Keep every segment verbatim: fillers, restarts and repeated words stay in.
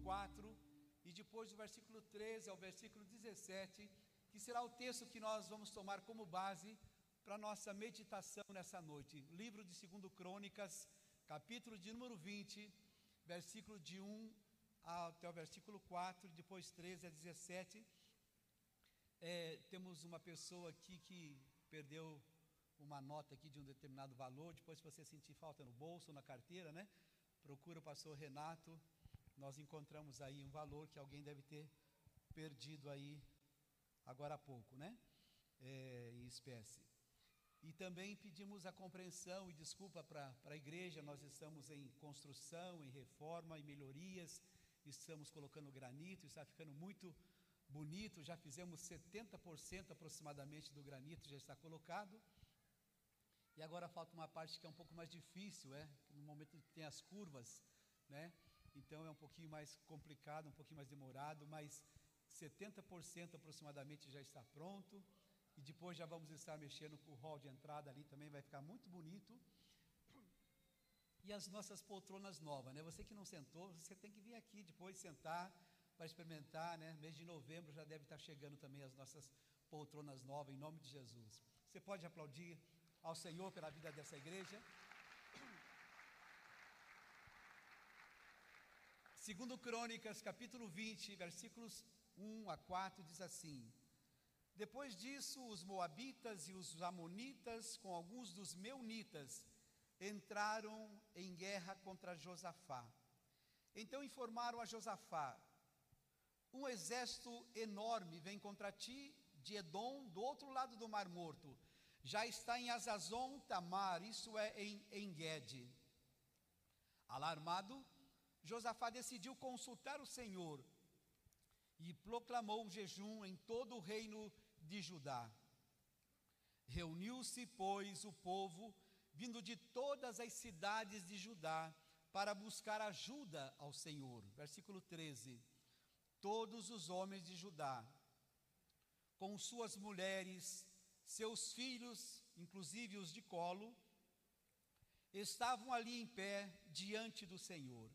quatro e depois do versículo treze ao versículo dezessete, que será o texto que nós vamos tomar como base para a nossa meditação nessa noite. Livro de Segundo Crônicas, capítulo de número vinte, versículo de um até o versículo quatro, depois treze a dezessete. É, temos uma pessoa aqui que perdeu uma nota aqui de um determinado valor. Depois, se você sentir falta no bolso ou na carteira, né, procura o pastor Renato. Nós encontramos aí um valor que alguém deve ter perdido aí agora há pouco, né, é, em espécie. E também pedimos a compreensão e desculpa para a igreja. Nós estamos em construção, em reforma, em melhorias. Estamos colocando granito, está ficando muito bonito. Já fizemos setenta por cento aproximadamente do granito, já está colocado. E agora falta uma parte que é um pouco mais difícil, é? No momento que tem as curvas, né? Então é um pouquinho mais complicado, um pouquinho mais demorado, mas setenta por cento aproximadamente já está pronto. E depois já vamos estar mexendo com o hall de entrada ali, também vai ficar muito bonito. E as nossas poltronas novas, né? Você que não sentou, você tem que vir aqui depois sentar para experimentar, né? Mês de novembro já deve estar chegando também as nossas poltronas novas, em nome de Jesus. Você pode aplaudir ao Senhor pela vida dessa igreja. Segundo Crônicas, capítulo vinte, versículos um a quatro, diz assim: Depois disso, os moabitas e os amonitas, com alguns dos meunitas, entraram em guerra contra Josafá. Então informaram a Josafá: um exército enorme vem contra ti de Edom, do outro lado do Mar Morto. Já está em Azazon Tamar, isso é em En-Gede. Alarmado, Josafá decidiu consultar o Senhor e proclamou um jejum em todo o reino de Judá. Reuniu-se, pois, o povo, vindo de todas as cidades de Judá, para buscar ajuda ao Senhor. Versículo treze. Todos os homens de Judá, com suas mulheres, seus filhos, inclusive os de colo, estavam ali em pé diante do Senhor.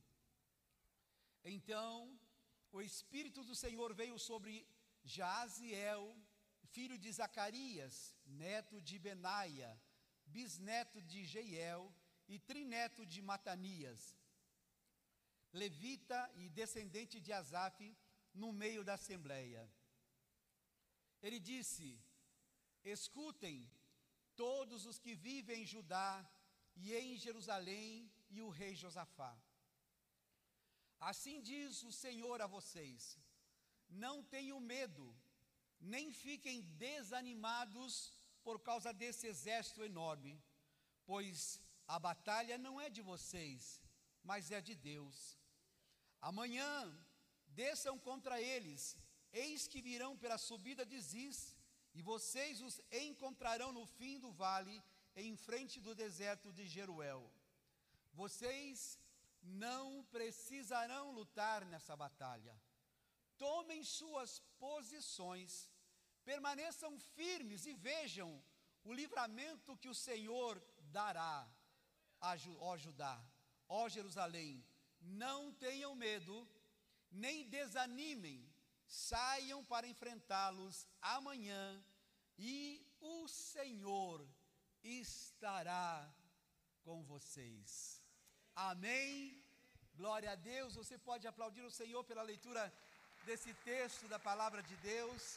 Então o Espírito do Senhor veio sobre Jaaziel, filho de Zacarias, neto de Benaia, bisneto de Jeiel e trineto de Matanias, levita e descendente de Asaf, no meio da assembleia. Ele disse: escutem todos os que vivem em Judá e em Jerusalém e o rei Josafá. Assim diz o Senhor a vocês: não tenham medo, nem fiquem desanimados por causa desse exército enorme, pois a batalha não é de vocês, mas é de Deus. Amanhã desçam contra eles, eis que virão pela subida de Ziz, e vocês os encontrarão no fim do vale, em frente do deserto de Jeruel. Vocês não precisarão lutar nessa batalha. Tomem suas posições, permaneçam firmes e vejam o livramento que o Senhor dará, ó Judá, ó Jerusalém. Não tenham medo, nem desanimem, saiam para enfrentá-los amanhã, e o Senhor estará com vocês. Amém? Glória a Deus. Você pode aplaudir o Senhor pela leitura desse texto da palavra de Deus.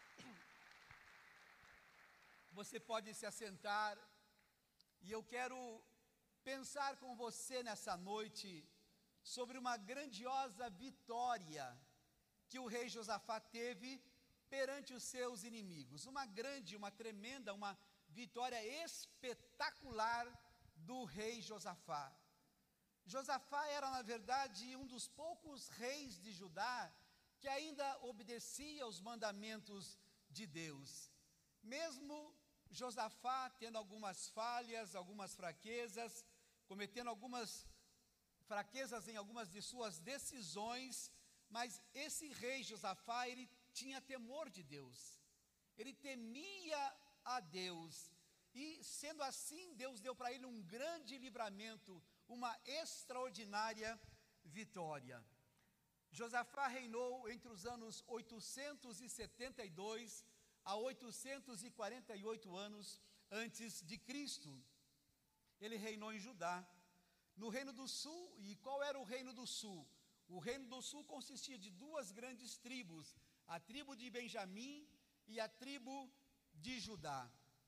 Você pode se assentar, e eu quero pensar com você nessa noite sobre uma grandiosa vitória que o rei Josafá teve perante os seus inimigos. Uma grande, uma tremenda, uma vitória espetacular do rei Josafá. Josafá era, na verdade, um dos poucos reis de Judá que ainda obedecia aos mandamentos de Deus. Mesmo Josafá tendo algumas falhas, algumas fraquezas, cometendo algumas fraquezas em algumas de suas decisões, mas esse rei Josafá, ele tinha temor de Deus, ele temia a Deus, e sendo assim, Deus deu para ele um grande livramento, uma extraordinária vitória. Josafá reinou entre os anos oitocentos e setenta e dois a oitocentos e quarenta e oito anos antes de Cristo. Ele reinou em Judá. No Reino do Sul, e qual era o Reino do Sul? O Reino do Sul consistia de duas grandes tribos, a tribo de Benjamim e a tribo de Judá.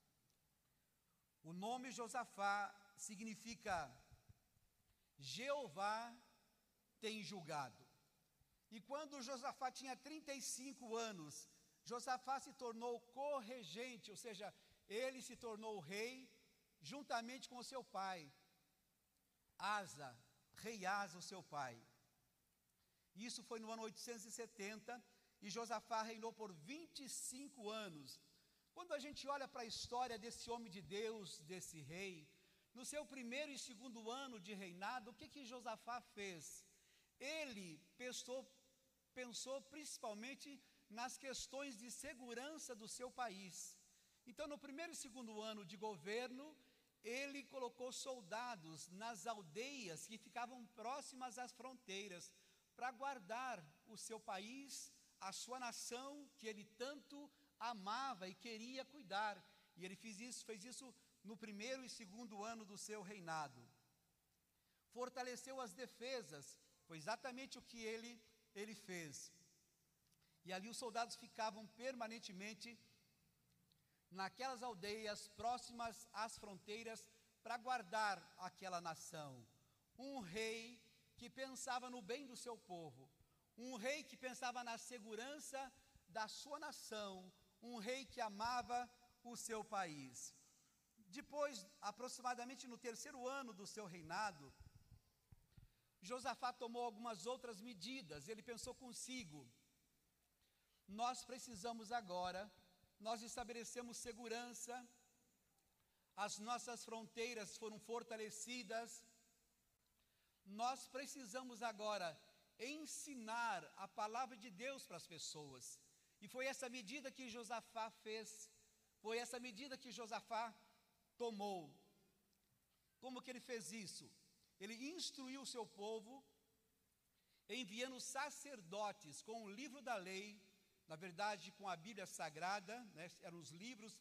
O nome Josafá significa Jeová tem julgado. E quando Josafá tinha trinta e cinco anos, Josafá se tornou corregente, ou seja, ele se tornou rei, juntamente com o seu pai, Asa, rei Asa, o seu pai. Isso foi no ano oitocentos e setenta, e Josafá reinou por vinte e cinco anos. Quando a gente olha para a história desse homem de Deus, desse rei, no seu primeiro e segundo ano de reinado, o que que Josafá fez? Ele pensou, pensou principalmente nas questões de segurança do seu país. Então, no primeiro e segundo ano de governo, ele colocou soldados nas aldeias que ficavam próximas às fronteiras, para guardar o seu país, a sua nação, que ele tanto amava e queria cuidar. E ele fez isso, fez isso no primeiro e segundo ano do seu reinado. Fortaleceu as defesas, foi exatamente o que ele, ele fez. E ali os soldados ficavam permanentemente naquelas aldeias próximas às fronteiras para guardar aquela nação. Um rei que pensava no bem do seu povo, um rei que pensava na segurança da sua nação, um rei que amava o seu país. Depois, aproximadamente no terceiro ano do seu reinado, Josafá tomou algumas outras medidas. Ele pensou consigo: nós precisamos agora, nós estabelecemos segurança, as nossas fronteiras foram fortalecidas, nós precisamos agora ensinar a palavra de Deus para as pessoas. E foi essa medida que Josafá fez, foi essa medida que Josafá tomou. Como que ele fez isso? Ele instruiu o seu povo, enviando sacerdotes com o livro da lei, na verdade com a Bíblia Sagrada, né, eram os livros.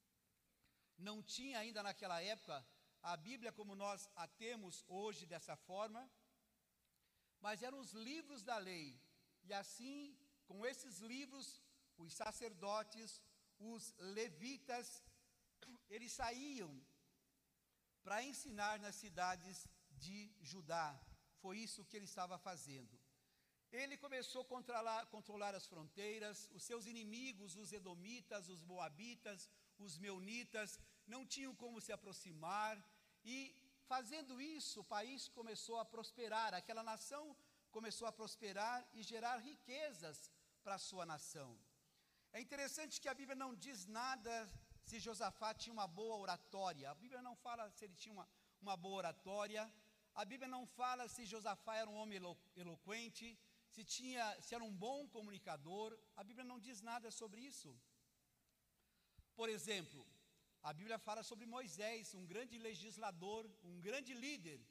Não tinha ainda naquela época a Bíblia como nós a temos hoje dessa forma, mas eram os livros da lei. E assim, com esses livros, os sacerdotes, os levitas, eles saíam para ensinar nas cidades de Judá. Foi isso que ele estava fazendo. Ele começou a controlar, controlar as fronteiras. Os seus inimigos, os edomitas, os moabitas, os meunitas, não tinham como se aproximar. E fazendo isso, o país começou a prosperar. Aquela nação começou a prosperar e gerar riquezas para a sua nação. É interessante que a Bíblia não diz nada se Josafá tinha uma boa oratória. A Bíblia não fala se ele tinha uma, uma boa oratória. A Bíblia não fala se Josafá era um homem elo, eloquente, se, tinha, se era um bom comunicador. A Bíblia não diz nada sobre isso. Por exemplo, a Bíblia fala sobre Moisés, um grande legislador, um grande líder.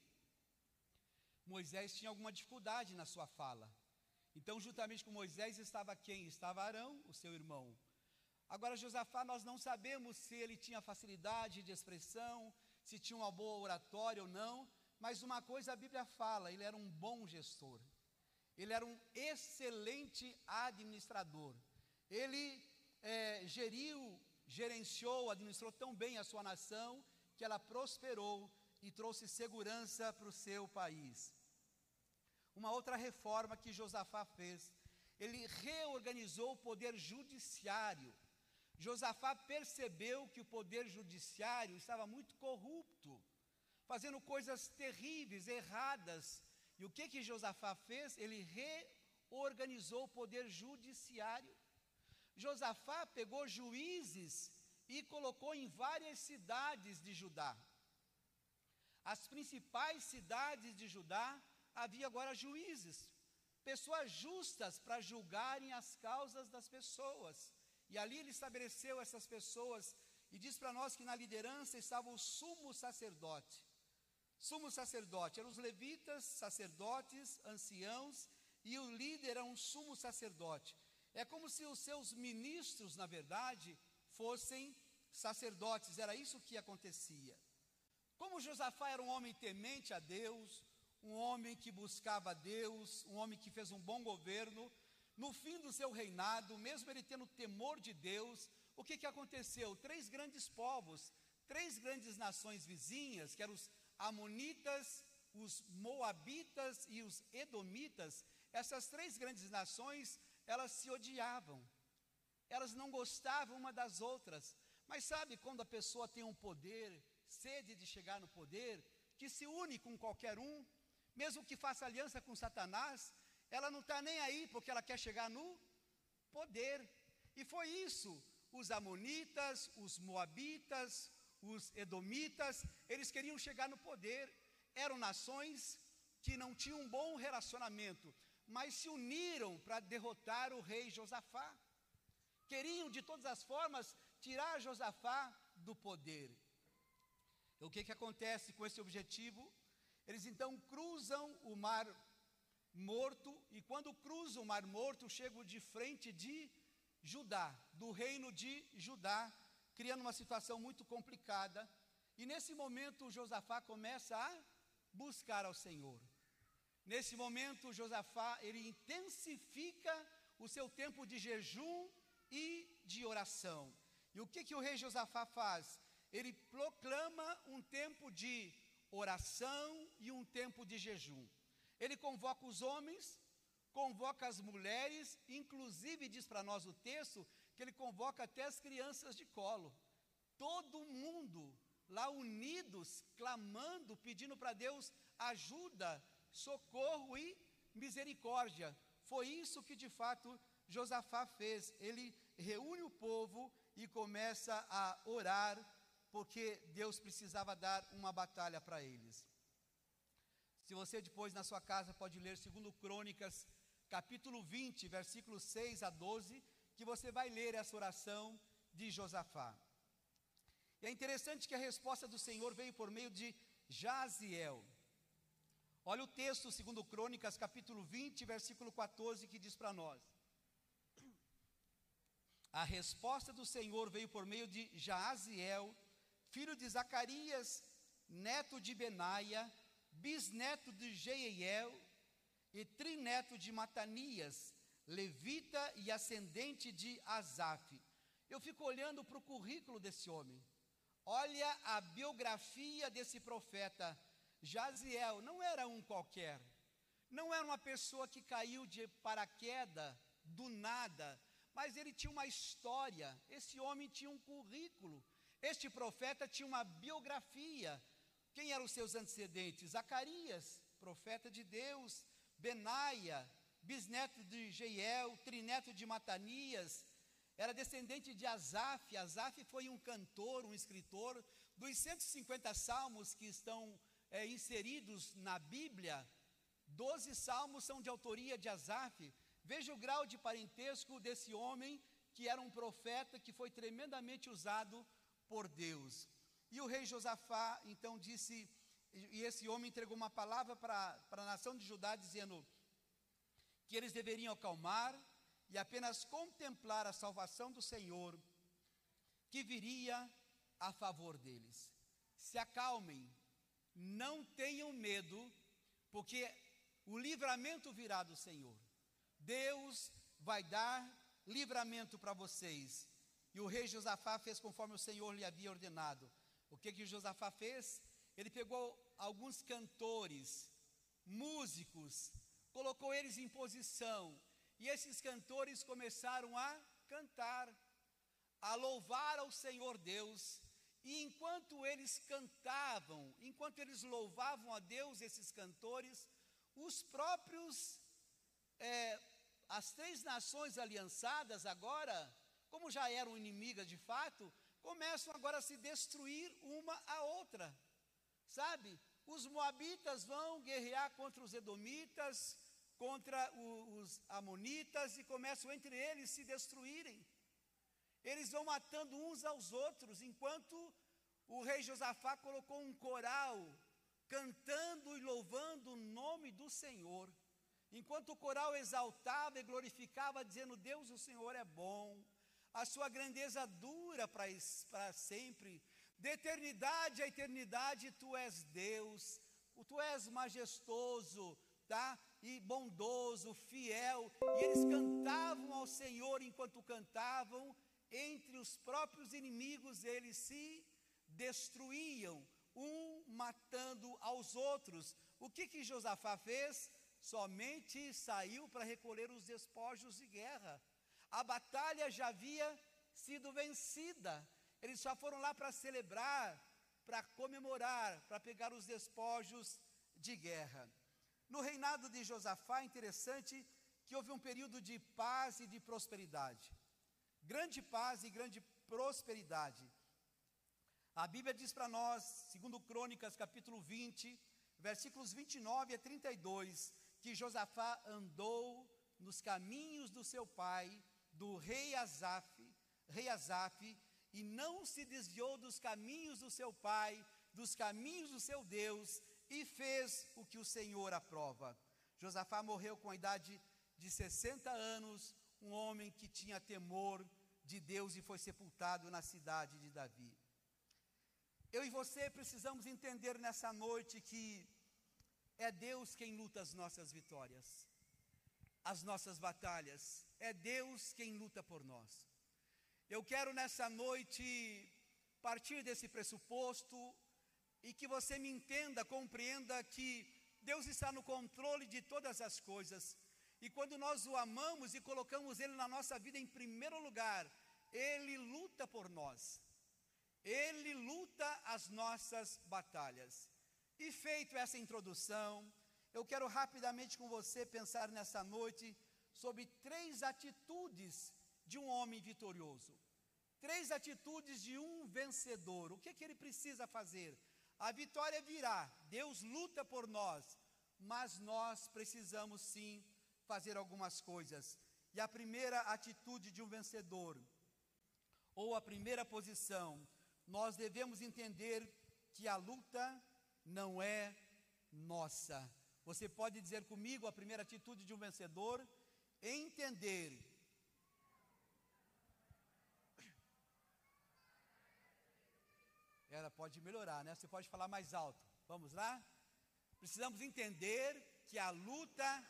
Moisés tinha alguma dificuldade na sua fala. Então, juntamente com Moisés estava quem? Estava Arão, o seu irmão. Agora, Josafá, nós não sabemos se ele tinha facilidade de expressão, se tinha uma boa oratória ou não, mas uma coisa a Bíblia fala: ele era um bom gestor, ele era um excelente administrador. Ele é, geriu, gerenciou, administrou tão bem a sua nação, que ela prosperou e trouxe segurança para o seu país. Uma outra reforma que Josafá fez, ele reorganizou o poder judiciário. Josafá percebeu que o poder judiciário estava muito corrupto, fazendo coisas terríveis, erradas. E o que que Josafá fez? Ele reorganizou o poder judiciário. Josafá pegou juízes e colocou em várias cidades de Judá. As principais cidades de Judá havia agora juízes, pessoas justas para julgarem as causas das pessoas. E ali ele estabeleceu essas pessoas e diz para nós que na liderança estava o sumo sacerdote. Sumo sacerdote eram os levitas, sacerdotes, anciãos e o líder era um sumo sacerdote. É como se os seus ministros, na verdade, fossem sacerdotes, era isso que acontecia. Como Josafá era um homem temente a Deus, um homem que buscava a Deus, um homem que fez um bom governo, no fim do seu reinado, mesmo ele tendo temor de Deus, o que que aconteceu? Três grandes povos, três grandes nações vizinhas, que eram os amonitas, os moabitas e os edomitas, essas três grandes nações, elas se odiavam, elas não gostavam uma das outras. Mas sabe quando a pessoa tem um poder, sede de chegar no poder, que se une com qualquer um, mesmo que faça aliança com Satanás, ela não está nem aí, porque ela quer chegar no poder. E foi isso, os amonitas, os moabitas, os edomitas, eles queriam chegar no poder. Eram nações que não tinham um bom relacionamento, mas se uniram para derrotar o rei Josafá. Queriam de todas as formas tirar Josafá do poder. E o que que acontece com esse objetivo? Eles então cruzam o Mar Morto, e quando cruzam o Mar Morto, chegam de frente de Judá, do reino de Judá, criando uma situação muito complicada. E nesse momento Josafá começa a buscar ao Senhor. Nesse momento Josafá, ele intensifica o seu tempo de jejum e de oração. E o que que o rei Josafá faz? Ele proclama um tempo de oração e um tempo de jejum. Ele convoca os homens, convoca as mulheres, inclusive diz para nós o texto, que ele convoca até as crianças de colo. Todo mundo lá unidos, clamando, pedindo para Deus ajuda, socorro e misericórdia. Foi isso que de fato Josafá fez. Ele reúne o povo e começa a orar, porque Deus precisava dar uma batalha para eles. Se você depois na sua casa pode ler segundo Crônicas, capítulo vinte, versículos seis a doze, que você vai ler essa oração de Josafá. E é interessante que a resposta do Senhor veio por meio de Jaziel. Olha o texto, segundo Crônicas, capítulo vinte, versículo quatorze, que diz para nós: a resposta do Senhor veio por meio de Jaziel, filho de Zacarias, neto de Benaia, bisneto de Jeiel e trineto de Matanias, levita e ascendente de Asaf. Eu fico olhando para o currículo desse homem. Olha a biografia desse profeta. Jaziel não era um qualquer, não era uma pessoa que caiu de paraquedas do nada, mas ele tinha uma história. Esse homem tinha um currículo, este profeta tinha uma biografia. Quem eram os seus antecedentes? Zacarias, profeta de Deus, Benaia, bisneto de Jeiel, trineto de Matanias, era descendente de Asaf. Asaf foi um cantor, um escritor. Dos cento e cinquenta salmos que estão é, inseridos na Bíblia, doze salmos são de autoria de Asaf. Veja o grau de parentesco desse homem, que era um profeta que foi tremendamente usado por Deus. E o rei Josafá então disse, e esse homem entregou uma palavra para a nação de Judá, dizendo que eles deveriam acalmar e apenas contemplar a salvação do Senhor, que viria a favor deles. Se acalmem, não tenham medo, porque o livramento virá do Senhor. Deus vai dar livramento para vocês. E o rei Josafá fez conforme o Senhor lhe havia ordenado. O que que Josafá fez? Ele pegou alguns cantores, músicos, colocou eles em posição, e esses cantores começaram a cantar, a louvar ao Senhor Deus. E enquanto eles cantavam, enquanto eles louvavam a Deus, esses cantores, os próprios, é, as três nações aliançadas agora, como já eram inimigas de fato, começam agora a se destruir uma a outra, sabe? Os moabitas vão guerrear contra os edomitas, contra o, os amonitas, e começam entre eles se destruírem. Eles vão matando uns aos outros, enquanto o rei Josafá colocou um coral, cantando e louvando o nome do Senhor. enquanto o coral exaltava e glorificava, dizendo: Deus, o Senhor é bom, a sua grandeza dura para sempre, de eternidade a eternidade tu és Deus, tu és majestoso, tá? E bondoso, fiel. E eles cantavam ao Senhor. Enquanto cantavam, entre os próprios inimigos eles se destruíam, um matando aos outros. O que que Josafá fez? Somente saiu para recolher os despojos de guerra. A batalha já havia sido vencida. Eles só foram lá para celebrar, para comemorar, para pegar os despojos de guerra. No reinado de Josafá, é interessante que houve um período de paz e de prosperidade. Grande paz e grande prosperidade. A Bíblia diz para nós, segundo Crônicas, capítulo vinte, versículos vinte e nove a trinta e dois, que Josafá andou nos caminhos do seu pai, do rei Asaf, rei Asaf, e não se desviou dos caminhos do seu pai, dos caminhos do seu Deus, e fez o que o Senhor aprova. Josafá morreu com a idade de sessenta anos, um homem que tinha temor de Deus, e foi sepultado na cidade de Davi. Eu e você precisamos entender nessa noite que é Deus quem luta as nossas vitórias, as nossas batalhas. É Deus quem luta por nós. Eu quero nessa noite partir desse pressuposto e que você me entenda, compreenda que Deus está no controle de todas as coisas. E quando nós o amamos e colocamos Ele na nossa vida em primeiro lugar, Ele luta por nós. Ele luta as nossas batalhas. E feito essa introdução, eu quero rapidamente com você pensar nessa noite sobre três atitudes de um homem vitorioso. Três atitudes de um vencedor. O que que ele precisa fazer? A vitória virá, Deus luta por nós, mas nós precisamos sim fazer algumas coisas. E a primeira atitude de um vencedor, ou a primeira posição, nós devemos entender que a luta não é nossa. Você pode dizer comigo a primeira atitude de um vencedor? Entender. Ela pode melhorar, né? Você pode falar mais alto. Vamos lá? Precisamos entender que a luta...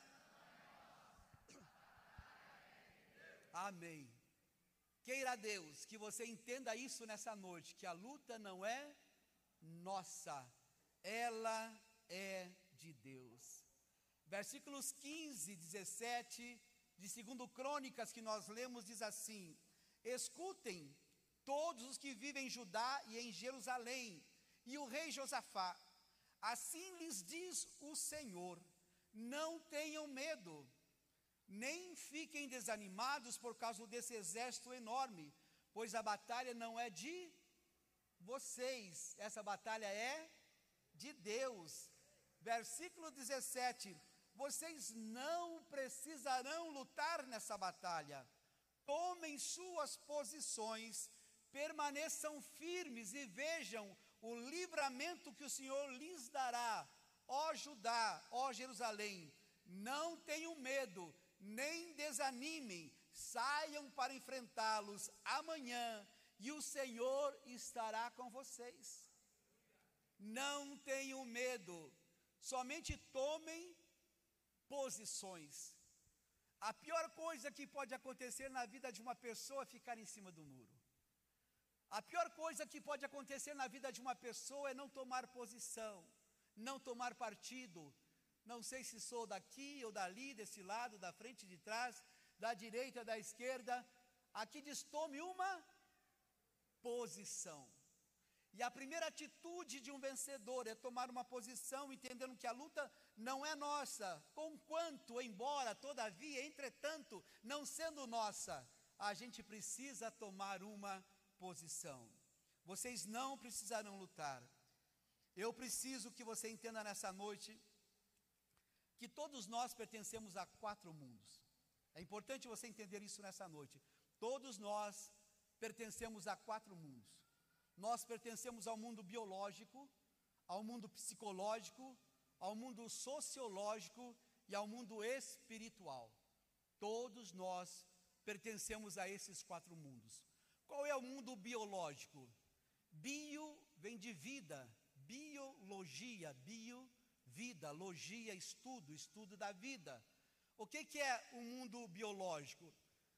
Amém. Queira Deus que você entenda isso nessa noite, que a luta não é nossa, ela é de Deus. Versículos quinze e dezessete de segundo Crônicas que nós lemos diz assim: escutem todos os que vivem em Judá e em Jerusalém, e o rei Josafá, assim lhes diz o Senhor: não tenham medo, nem fiquem desanimados por causa desse exército enorme, pois a batalha não é de vocês, essa batalha é de Deus. Versículo dezessete: vocês não precisarão lutar nessa batalha, tomem suas posições, permaneçam firmes e vejam o livramento que o Senhor lhes dará, ó Judá, ó Jerusalém. Não tenham medo, nem desanimem, saiam para enfrentá-los amanhã, e o Senhor estará com vocês. Não tenham medo, somente tomem posições. A pior coisa que pode acontecer na vida de uma pessoa é ficar em cima do muro. A pior coisa que pode acontecer na vida de uma pessoa é não tomar posição, não tomar partido. Não sei se sou daqui ou dali, desse lado, da frente, de trás, da direita, da esquerda. Aqui diz: tome uma posição. E a primeira atitude de um vencedor é tomar uma posição, entendendo que a luta não é nossa, conquanto, embora, todavia, entretanto, não sendo nossa, a gente precisa tomar uma posição. Vocês não precisarão lutar. Eu preciso que você entenda nessa noite que todos nós pertencemos a quatro mundos. É importante você entender isso nessa noite. Todos nós pertencemos a quatro mundos. Nós pertencemos ao mundo biológico, ao mundo psicológico, ao mundo sociológico e ao mundo espiritual. Todos nós pertencemos a esses quatro mundos. Qual é o mundo biológico? Bio vem de vida, biologia, bio, vida, logia, estudo, estudo da vida. O que, que é o mundo biológico?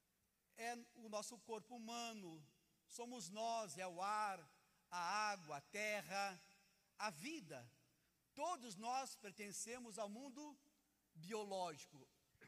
É o nosso corpo humano, somos nós, é o ar, a água, a terra, a vida. Todos nós pertencemos ao mundo biológico.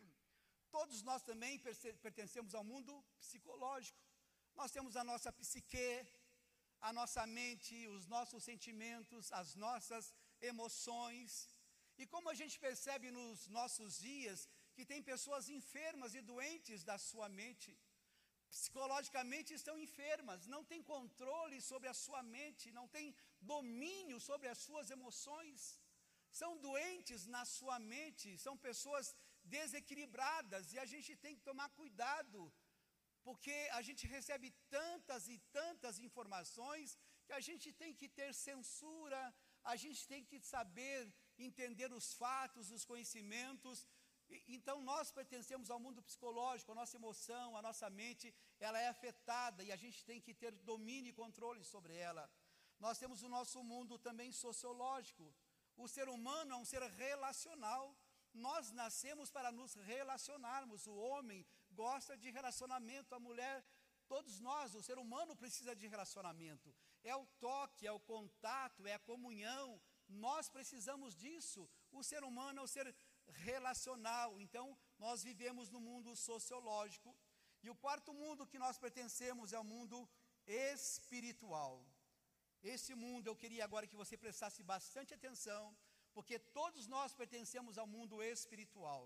Todos nós também pertencemos ao mundo psicológico. Nós temos a nossa psique, a nossa mente, os nossos sentimentos, as nossas emoções. E como a gente percebe nos nossos dias que tem pessoas enfermas e doentes da sua mente, psicologicamente estão enfermas, não têm controle sobre a sua mente, não têm domínio sobre as suas emoções, são doentes na sua mente, são pessoas desequilibradas, e a gente tem que tomar cuidado, porque a gente recebe tantas e tantas informações, que a gente tem que ter censura, a gente tem que saber entender os fatos, os conhecimentos. Então nós pertencemos ao mundo psicológico, a nossa emoção, a nossa mente, ela é afetada, e a gente tem que ter domínio e controle sobre ela. Nós temos o nosso mundo também sociológico. O ser humano é um ser relacional. Nós nascemos para nos relacionarmos. O homem gosta de relacionamento, a mulher, todos nós, o ser humano precisa de relacionamento. É o toque, é o contato, é a comunhão. Nós precisamos disso. O ser humano é um ser relacional. Então, nós vivemos no mundo sociológico. E o quarto mundo que nós pertencemos é o mundo espiritual. Esse mundo eu queria agora que você prestasse bastante atenção, porque todos nós pertencemos ao mundo espiritual.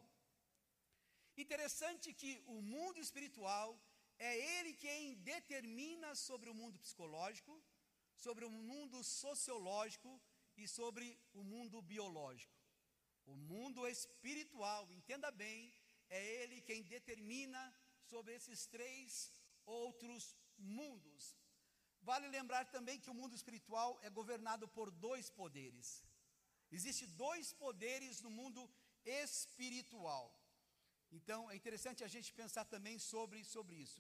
Interessante que o mundo espiritual é ele quem determina sobre o mundo psicológico, sobre o mundo sociológico e sobre o mundo biológico. O mundo espiritual, entenda bem, é ele quem determina sobre esses três outros mundos. Vale lembrar também que o mundo espiritual é governado por dois poderes. Existem dois poderes no mundo espiritual. Então, é interessante a gente pensar também sobre, sobre isso.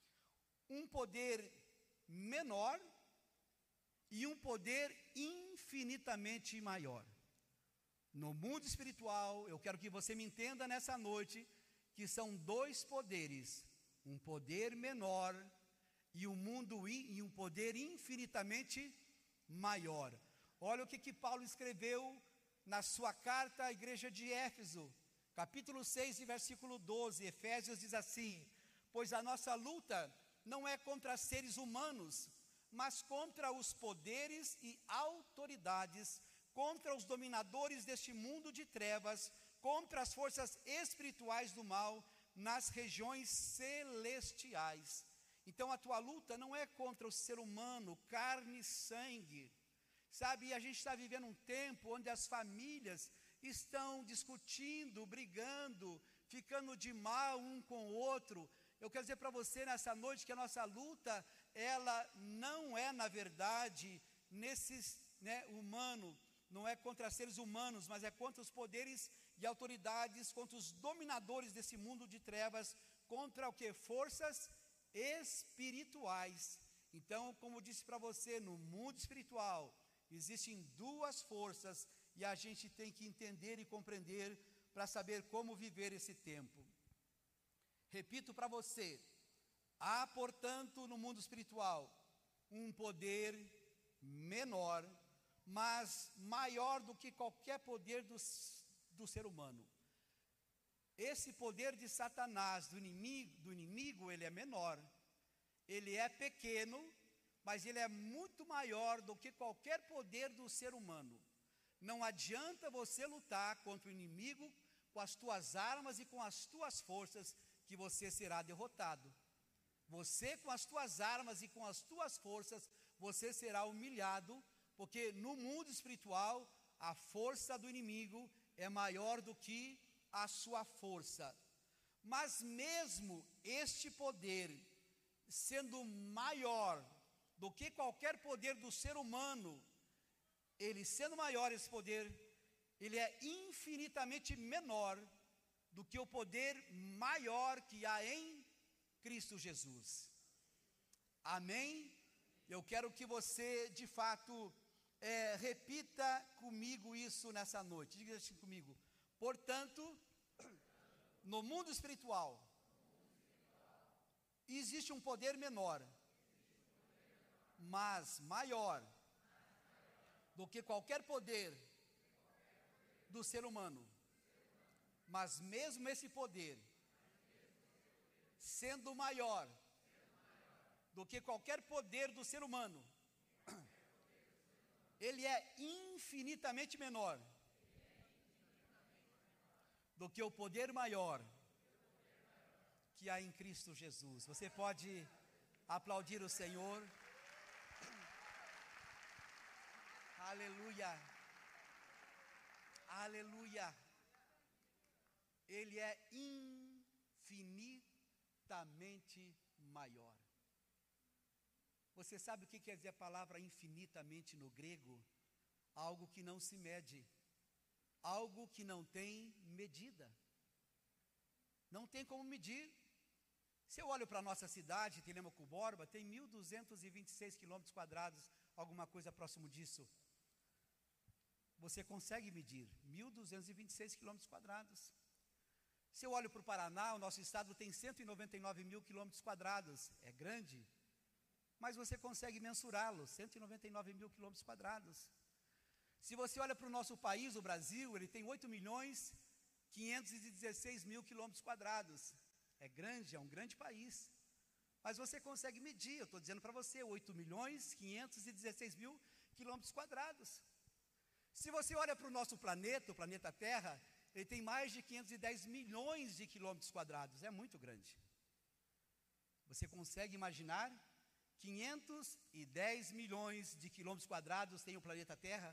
Um poder menor e um poder infinitamente maior. No mundo espiritual, eu quero que você me entenda nessa noite, que são dois poderes. Um poder menor e um, mundo, e um poder infinitamente maior. Olha o que, que Paulo escreveu na sua carta à igreja de Éfeso, capítulo seis, versículo doze. Efésios diz assim: pois a nossa luta não é contra seres humanos, mas contra os poderes e autoridades, contra os dominadores deste mundo de trevas, contra as forças espirituais do mal nas regiões celestiais. Então a tua luta não é contra o ser humano, carne e sangue. Sabe, a gente está vivendo um tempo onde as famílias estão discutindo, brigando, ficando de mal um com o outro. Eu quero dizer para você nessa noite que a nossa luta, ela não é na verdade nesses, né, humano, não é contra seres humanos, mas é contra os poderes e autoridades, contra os dominadores desse mundo de trevas, contra o que? Forças espirituais. Então, como eu disse para você, no mundo espiritual existem duas forças e a gente tem que entender e compreender para saber como viver esse tempo. Repito para você, há, portanto, no mundo espiritual um poder menor, mas maior do que qualquer poder do, do ser humano. Esse poder de Satanás, do inimigo, do inimigo, ele é menor, ele é pequeno, mas ele é muito maior do que qualquer poder do ser humano. Não adianta você lutar contra o inimigo com as tuas armas e com as tuas forças, que você será derrotado. Você com as tuas armas e com as tuas forças, você será humilhado, porque no mundo espiritual, a força do inimigo é maior do que a sua força. Mas mesmo este poder, sendo maior do que qualquer poder do ser humano, ele sendo maior esse poder, ele é infinitamente menor do que o poder maior que há em Cristo Jesus. Amém? Eu quero que você, de fato, é, repita comigo isso nessa noite. Diga assim comigo. Portanto, no mundo espiritual, existe um poder menor, mas maior do que qualquer poder do ser humano. Mas mesmo esse poder, sendo maior do que qualquer poder do ser humano, ele é infinitamente menor do que o poder maior que há em Cristo Jesus. Você pode aplaudir o Senhor. Aleluia. Aleluia. Ele é infinitamente maior. Você sabe o que quer dizer a palavra infinitamente no grego? Algo que não se mede, algo que não tem medida. Não tem como medir. Se eu olho para a nossa cidade, Telêmaco Borba, tem mil duzentos e vinte e seis quilômetros quadrados, alguma coisa próximo disso. Você consegue medir mil duzentos e vinte e seis quilômetros quadrados. Se eu olho para o Paraná, o nosso estado tem cento e noventa e nove mil quilômetros quadrados. É grande, mas você consegue mensurá-lo, cento e noventa e nove mil quilômetros quadrados. Se você olha para o nosso país, o Brasil, ele tem oito milhões quinhentos e dezesseis mil quilômetros quadrados. É grande, é um grande país. Mas você consegue medir, eu estou dizendo para você, oito milhões quinhentos e dezesseis mil quilômetros quadrados. Se você olha para o nosso planeta, o planeta Terra, ele tem mais de quinhentos e dez milhões de quilômetros quadrados, é muito grande. Você consegue imaginar? quinhentos e dez milhões de quilômetros quadrados tem o planeta Terra.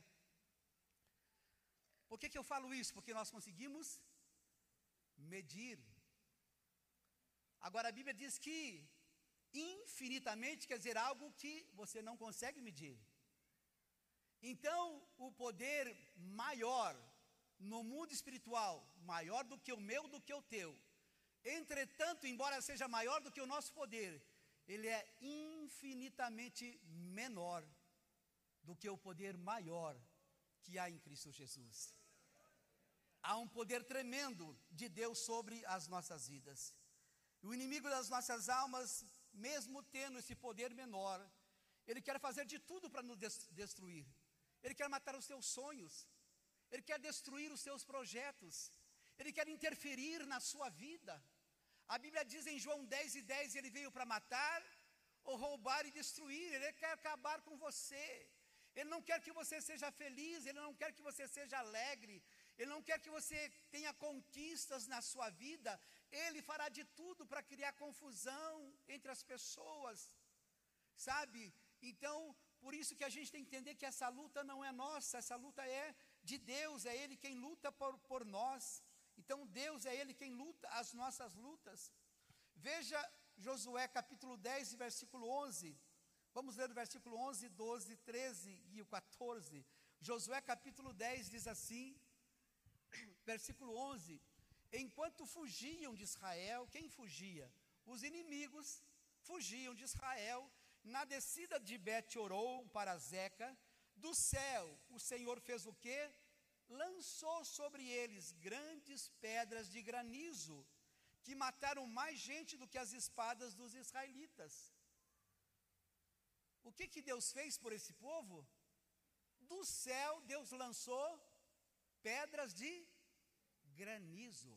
Por que que eu falo isso? Porque nós conseguimos medir. Agora a Bíblia diz que infinitamente quer dizer algo que você não consegue medir. Então, o poder maior no mundo espiritual, maior do que o meu, do que o teu, entretanto, embora seja maior do que o nosso poder, ele é infinitamente menor do que o poder maior que há em Cristo Jesus. Há um poder tremendo de Deus sobre as nossas vidas. O inimigo das nossas almas, mesmo tendo esse poder menor, ele quer fazer de tudo para nos destruir. Ele quer matar os seus sonhos, ele quer destruir os seus projetos, ele quer interferir na sua vida. A Bíblia diz em João dez e dez, ele veio para matar, ou roubar e destruir. Ele quer acabar com você. Ele não quer que você seja feliz, ele não quer que você seja alegre, ele não quer que você tenha conquistas na sua vida. Ele fará de tudo para criar confusão entre as pessoas, sabe? Então, por isso que a gente tem que entender que essa luta não é nossa, essa luta é de Deus, é Ele quem luta por, por nós. Então Deus é Ele quem luta as nossas lutas. Veja Josué capítulo dez, versículo onze. Vamos ler o versículo onze, doze, treze e o quatorze. Josué capítulo dez diz assim, versículo onze. Enquanto fugiam de Israel, quem fugia? Os inimigos fugiam de Israel. Na descida de Bet-Oron para Zeca, do céu, o Senhor fez o quê? Lançou sobre eles grandes pedras de granizo, que mataram mais gente do que as espadas dos israelitas. O que que Deus fez por esse povo? Do céu, Deus lançou pedras de granizo.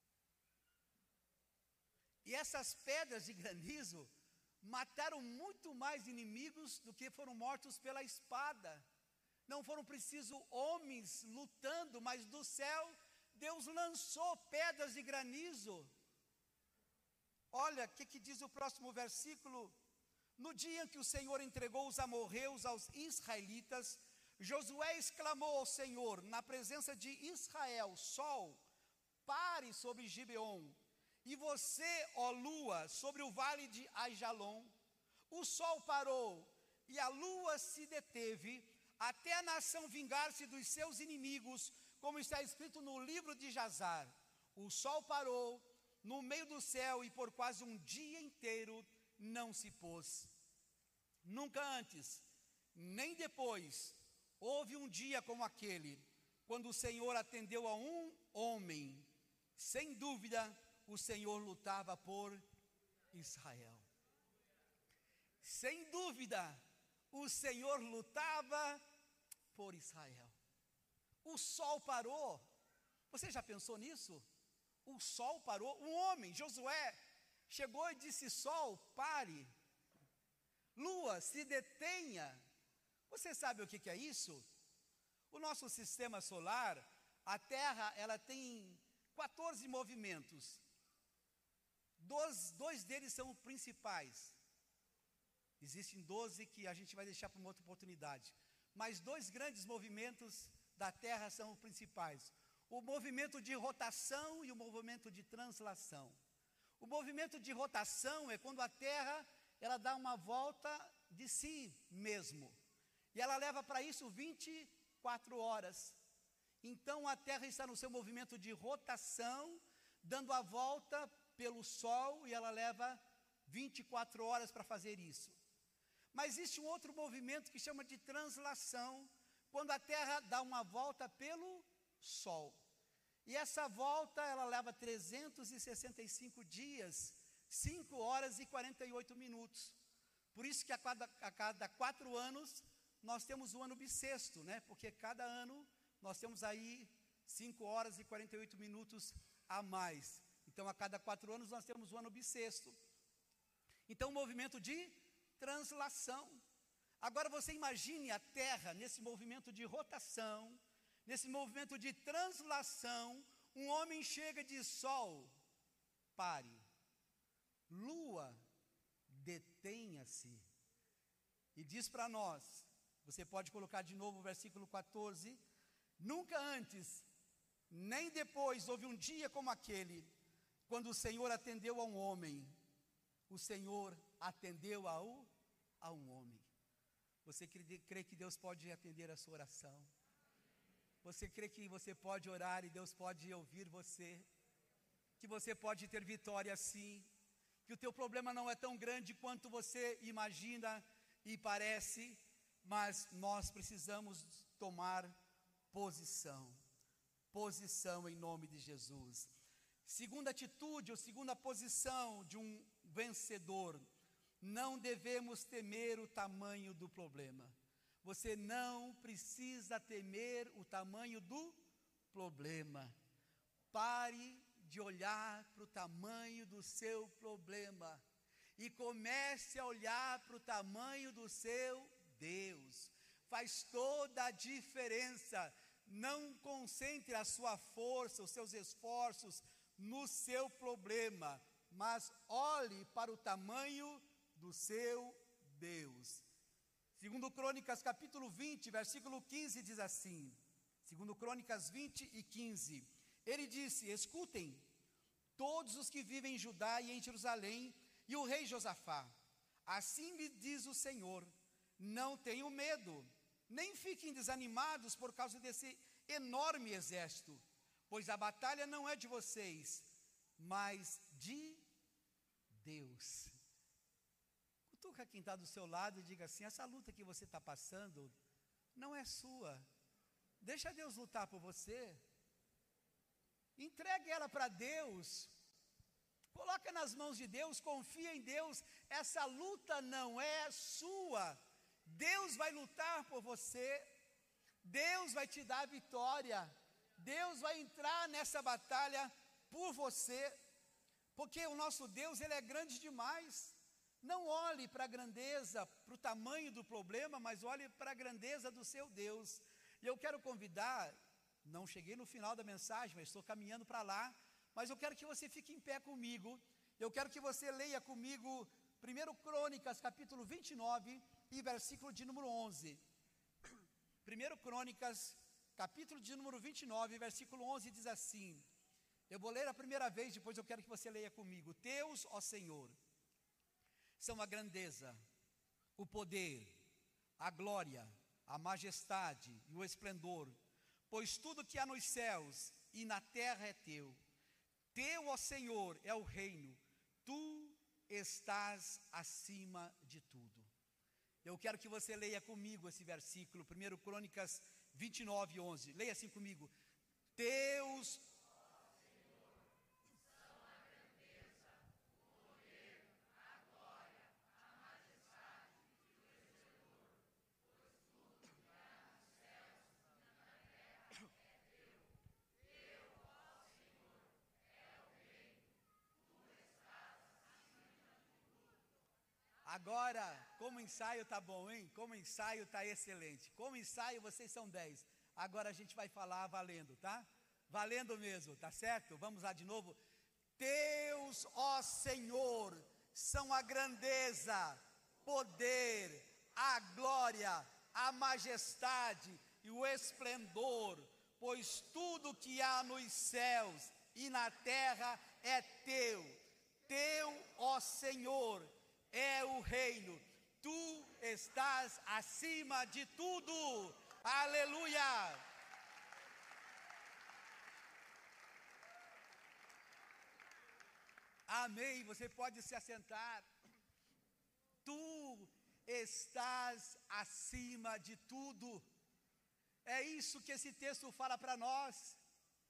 E essas pedras de granizo mataram muito mais inimigos do que foram mortos pela espada. Não foram precisos homens lutando, mas do céu Deus lançou pedras de granizo. Olha o que, que diz o próximo versículo. No dia em que o Senhor entregou os amorreus aos israelitas, Josué exclamou ao Senhor, na presença de Israel: Sol, pare sobre Gibeon, e você, ó lua, sobre o vale de Aijalon. O sol parou, e a lua se deteve, até a nação vingar-se dos seus inimigos, como está escrito no livro de Jazar. o sol parou no meio do céu e por quase um dia inteiro não se pôs. Nunca antes, nem depois, houve um dia como aquele, quando o Senhor atendeu a um homem. Sem dúvida, o Senhor lutava por Israel. Sem dúvida, o Senhor lutava por Israel. O sol parou. Você já pensou nisso? O sol parou. Um homem, Josué, chegou e disse: sol, pare. Lua, se detenha. Você sabe o que que é isso? O nosso sistema solar, a Terra, ela tem quatorze movimentos. Dois, dois deles são principais. Existem doze que a gente vai deixar para uma outra oportunidade. Mas dois grandes movimentos da Terra são os principais: o movimento de rotação e o movimento de translação. O movimento de rotação é quando a Terra ela dá uma volta de si mesmo. E ela leva para isso vinte e quatro horas. Então a Terra está no seu movimento de rotação, dando a volta pelo Sol, e ela leva vinte e quatro horas para fazer isso. Mas existe um outro movimento que chama de translação, quando a Terra dá uma volta pelo Sol. E essa volta, ela leva trezentos e sessenta e cinco dias, cinco horas e quarenta e oito minutos. Por isso que a cada, a cada quatro anos, nós temos o ano bissexto, né? Porque cada ano, nós temos aí cinco horas e quarenta e oito minutos a mais. Então, a cada quatro anos, nós temos o ano bissexto. Então, o movimento de translação. Agora, você imagine a Terra nesse movimento de rotação, nesse movimento de translação. Um homem chega e diz: sol, pare. Lua, detenha-se. E diz para nós, você pode colocar de novo o versículo quatorze: nunca antes, nem depois houve um dia como aquele, quando o Senhor atendeu a um homem. O Senhor atendeu a, um, a um homem. Você crê, crê que Deus pode atender a sua oração? Você crê que você pode orar e Deus pode ouvir você? Que você pode ter vitória sim? Que o teu problema não é tão grande quanto você imagina e parece, mas nós precisamos tomar posição. Posição em nome de Jesus. Segunda atitude, ou segunda posição de um vencedor: não devemos temer o tamanho do problema. Você não precisa temer o tamanho do problema. Pare de olhar para o tamanho do seu problema e comece a olhar para o tamanho do seu Deus. Faz toda a diferença. Não concentre a sua força, os seus esforços no seu problema, mas olhe para o tamanho do seu Deus. Segundo Crônicas capítulo vinte, versículo quinze diz assim, segundo Crônicas vinte e quinze, ele disse: escutem, todos os que vivem em Judá e em Jerusalém, e o rei Josafá, assim me diz o Senhor, não tenham medo, nem fiquem desanimados por causa desse enorme exército, pois a batalha não é de vocês, mas de Deus. Cutuca quem está do seu lado e diga assim: essa luta que você está passando não é sua. Deixa Deus lutar por você. Entregue ela para Deus. Coloca nas mãos de Deus, confia em Deus. Essa luta não é sua. Deus vai lutar por você. Deus vai te dar a vitória. Deus vai entrar nessa batalha por você, porque o nosso Deus, ele é grande demais. Não olhe para a grandeza, para o tamanho do problema, mas olhe para a grandeza do seu Deus. E eu quero convidar, não cheguei no final da mensagem, mas estou caminhando para lá, mas eu quero que você fique em pé comigo. Eu quero que você leia comigo primeiro Crônicas capítulo vinte e nove e versículo de número onze. primeiro Crônicas capítulo de número vinte e nove, versículo onze, diz assim, eu vou ler a primeira vez, depois eu quero que você leia comigo. Teus, ó Senhor, são a grandeza, o poder, a glória, a majestade e o esplendor, pois tudo que há nos céus e na terra é teu. Teu, ó Senhor, é o reino, tu estás acima de tudo. Eu quero que você leia comigo esse versículo, primeiro Crônicas vinte e nove, onze. Leia assim comigo. Teus, agora, como ensaio tá bom, hein? Como ensaio tá excelente. Como ensaio vocês são dez. Agora a gente vai falar valendo, tá? Valendo mesmo, tá certo? Vamos lá de novo. Teus, ó Senhor, são a grandeza, poder, a glória, a majestade e o esplendor, pois tudo que há nos céus e na terra é teu. Teu, ó Senhor, é o reino, tu estás acima de tudo. Aleluia! Amém. Você pode se assentar. Tu estás acima de tudo. É isso que esse texto fala para nós.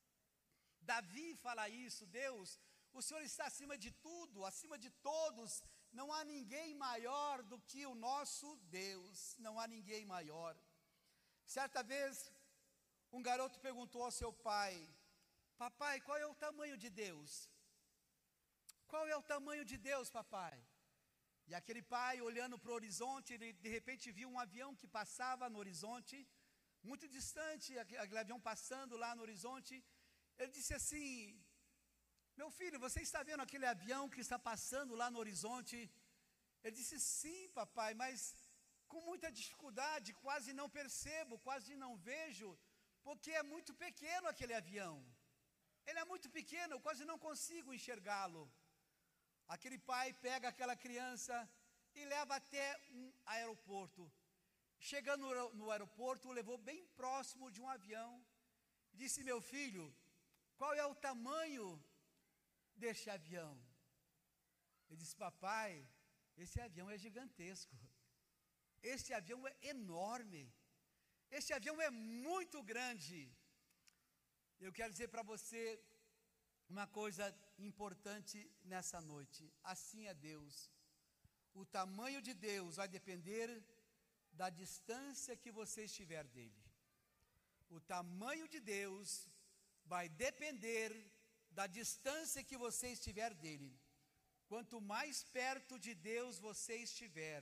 Davi fala isso. Deus, o Senhor está acima de tudo, acima de todos. Não há ninguém maior do que o nosso Deus. Não há ninguém maior. Certa vez, um garoto perguntou ao seu pai: papai, qual é o tamanho de Deus? Qual é o tamanho de Deus, papai? E aquele pai, olhando para o horizonte, ele de repente viu um avião que passava no horizonte, muito distante, aquele avião passando lá no horizonte. Ele disse assim: meu filho, você está vendo aquele avião que está passando lá no horizonte? Ele disse: sim, papai, mas com muita dificuldade, quase não percebo, quase não vejo, porque é muito pequeno aquele avião. Ele é muito pequeno, eu quase não consigo enxergá-lo. Aquele pai pega aquela criança e leva até um aeroporto. Chegando no, no aeroporto, o levou bem próximo de um avião. Disse: meu filho, qual é o tamanho deste avião? Ele disse: papai, esse avião é gigantesco. Esse avião é enorme. Esse avião é muito grande. Eu quero dizer para você uma coisa importante nessa noite. Assim é Deus. O tamanho de Deus vai depender da distância que você estiver dele. O tamanho de Deus vai depender da distância que você estiver dele. Quanto mais perto de Deus você estiver,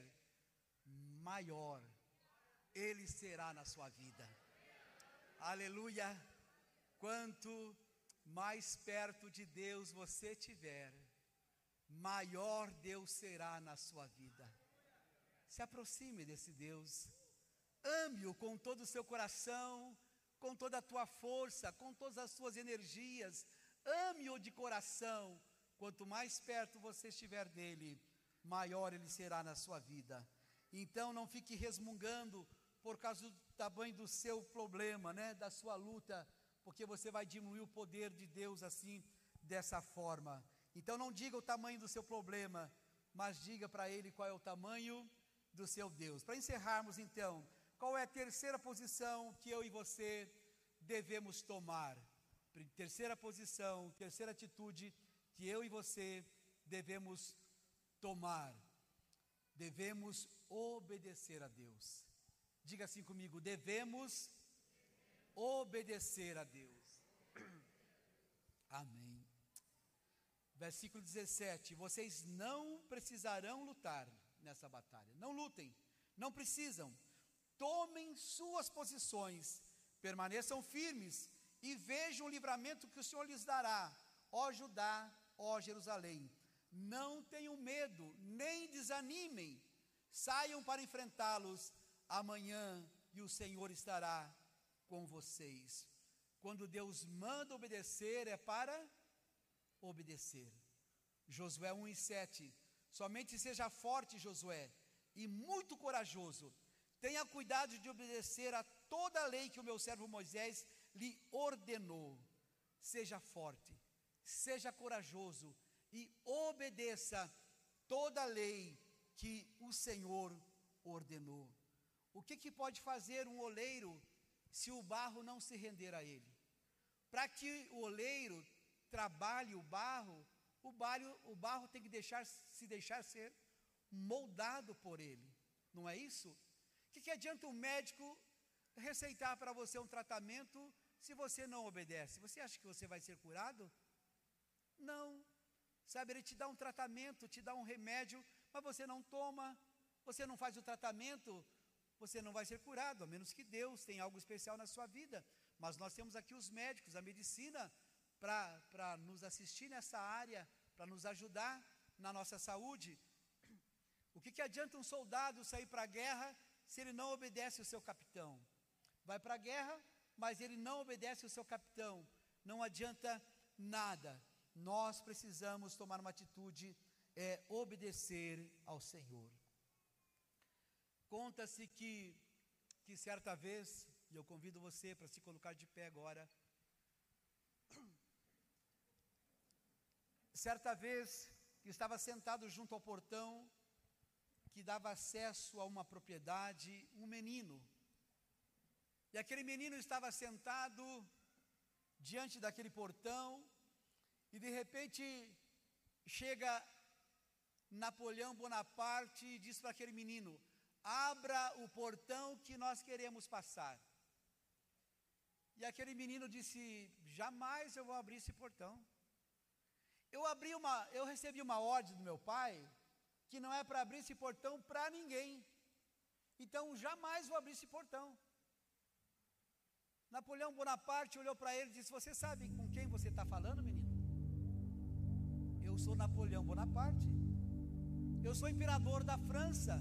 maior ele será na sua vida. Aleluia! Quanto mais perto de Deus você estiver, maior Deus será na sua vida. Se aproxime desse Deus, ame-o com todo o seu coração, com toda a tua força, com todas as suas energias, ame-o de coração. Quanto mais perto você estiver dele, maior ele será na sua vida. Então não fique resmungando por causa do tamanho do seu problema, né, da sua luta, porque você vai diminuir o poder de Deus assim, dessa forma. Então não diga o tamanho do seu problema, mas diga para ele qual é o tamanho do seu Deus. Para encerrarmos então, qual é a terceira posição que eu e você devemos tomar? Terceira posição, terceira atitude que eu e você devemos tomar. Devemos obedecer a Deus. Diga assim comigo: devemos obedecer a Deus. Amém. Versículo dezessete: vocês não precisarão lutar nessa batalha. Não lutem, não precisam. Tomem suas posições, permaneçam firmes e vejam o livramento que o Senhor lhes dará, ó Judá, ó Jerusalém. Não tenham medo, nem desanimem. Saiam para enfrentá-los amanhã e o Senhor estará com vocês. Quando Deus manda obedecer, é para obedecer. Josué um e sete: somente seja forte, Josué, e muito corajoso. Tenha cuidado de obedecer a toda a lei que o meu servo Moisés lhe ordenou. Seja forte, seja corajoso e obedeça toda a lei que o Senhor ordenou. O que que pode fazer um oleiro se o barro não se render a ele? Para que o oleiro trabalhe o barro, o barro, o barro tem que deixar, se deixar ser moldado por ele, não é isso? O que que adianta o médico receitar para você um tratamento se você não obedece? Você acha que você vai ser curado? Não, sabe, ele te dá um tratamento, te dá um remédio, mas você não toma, você não faz o tratamento, você não vai ser curado, a menos que Deus tenha algo especial na sua vida. Mas nós temos aqui os médicos, a medicina, para nos assistir nessa área, para nos ajudar na nossa saúde. O que que adianta um soldado sair para a guerra se ele não obedece o seu capitão? Vai para a guerra, mas ele não obedece o seu capitão, não adianta nada. Nós precisamos tomar uma atitude, é obedecer ao Senhor. Conta-se que, que certa vez, e eu convido você para se colocar de pé agora, certa vez, estava sentado junto ao portão, que dava acesso a uma propriedade, um menino, e aquele menino estava sentado diante daquele portão, e de repente chega Napoleão Bonaparte e diz para aquele menino: abra o portão que nós queremos passar. E aquele menino disse: jamais eu vou abrir esse portão. Eu abri uma, eu recebi uma ordem do meu pai, que não é para abrir esse portão para ninguém, então jamais vou abrir esse portão. Napoleão Bonaparte olhou para ele e disse: você sabe com quem você está falando, menino? Eu sou Napoleão Bonaparte, eu sou imperador da França.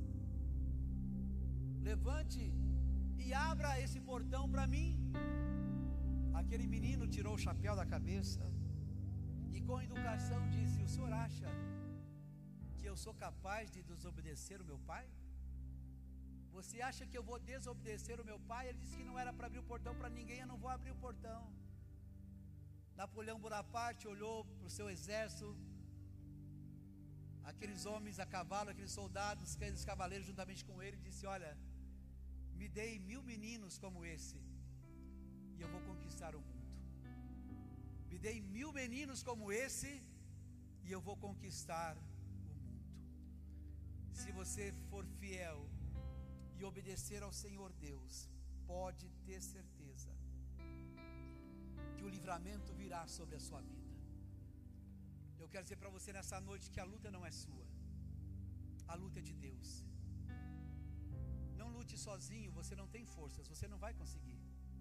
Levante e abra esse portão para mim. Aquele menino tirou o chapéu da cabeça e com educação disse: o senhor acha que eu sou capaz de desobedecer o meu pai? Você acha que eu vou desobedecer o meu pai? Ele disse que não era para abrir o portão para ninguém, eu não vou abrir o portão. Napoleão Bonaparte olhou para o seu exército, aqueles homens a cavalo, aqueles soldados, aqueles cavaleiros juntamente com ele, e disse: olha, me dei mil meninos como esse, e eu vou conquistar o mundo. Me dei mil meninos como esse, e eu vou conquistar o mundo. Se você for fiel e obedecer ao Senhor Deus, pode ter certeza que o livramento virá sobre a sua vida. Eu quero dizer para você nessa noite que a luta não é sua, a luta é de Deus. Não lute sozinho, você não tem forças, você não vai conseguir.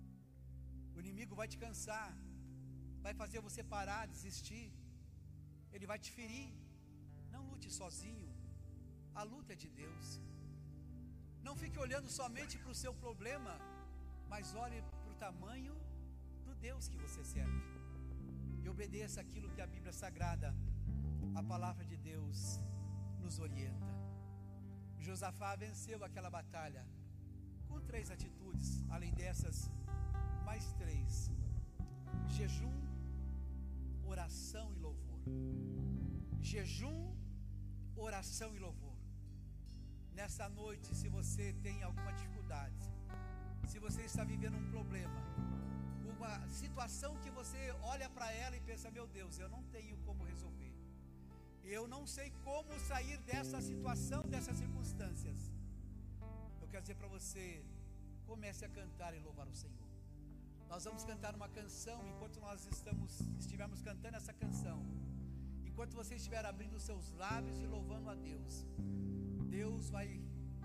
O inimigo vai te cansar, vai fazer você parar, desistir, ele vai te ferir. Não lute sozinho, a luta é de Deus. Não fique olhando somente para o seu problema, mas olhe para o tamanho do Deus que você serve, e obedeça aquilo que a Bíblia Sagrada, a palavra de Deus, nos orienta. Josafá venceu aquela batalha com três atitudes, além dessas, mais três: jejum, oração e louvor. Jejum, oração e louvor. Nessa noite, se você tem alguma dificuldade, se você está vivendo um problema, uma situação que você olha para ela e pensa: meu Deus, eu não tenho como resolver, eu não sei como sair dessa situação, dessas circunstâncias, eu quero dizer para você: comece a cantar e louvar o Senhor. Nós vamos cantar uma canção. Enquanto nós estamos, estivermos cantando essa canção, enquanto você estiver abrindo os seus lábios e louvando a Deus, Deus vai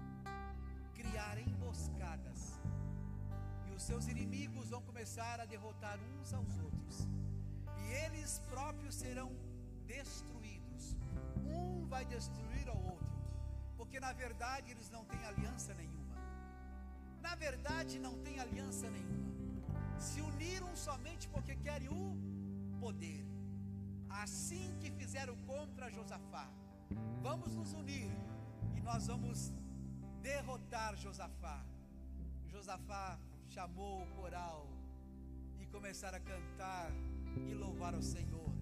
criar emboscadas, e os seus inimigos vão começar a derrotar uns aos outros, e eles próprios serão destruídos. Um vai destruir ao outro, porque na verdade eles não têm aliança nenhuma. Na verdade não tem aliança nenhuma. Se uniram somente porque querem o poder, assim que fizeram contra Josafá. Vamos nos unir e nós vamos derrotar Josafá. Josafá chamou o coral e começaram a cantar e louvar ao Senhor.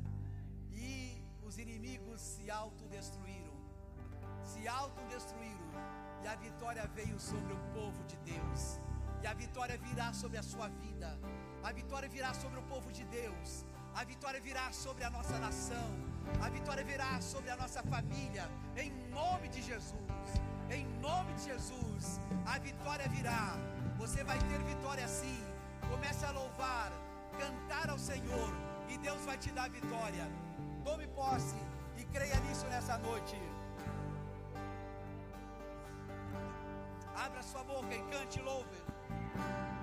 e os inimigos se autodestruíram, se autodestruíram, e a vitória veio sobre o povo de Deus, e a vitória virá sobre a sua vida, a vitória virá sobre o povo de Deus, a vitória virá sobre a nossa nação, a vitória virá sobre a nossa família, em nome de Jesus, em nome de Jesus, a vitória virá. Você vai ter vitória sim. Comece a louvar, cantar ao Senhor, e Deus vai te dar vitória. Tome posse e creia nisso nessa noite. Abra sua boca e cante e louve.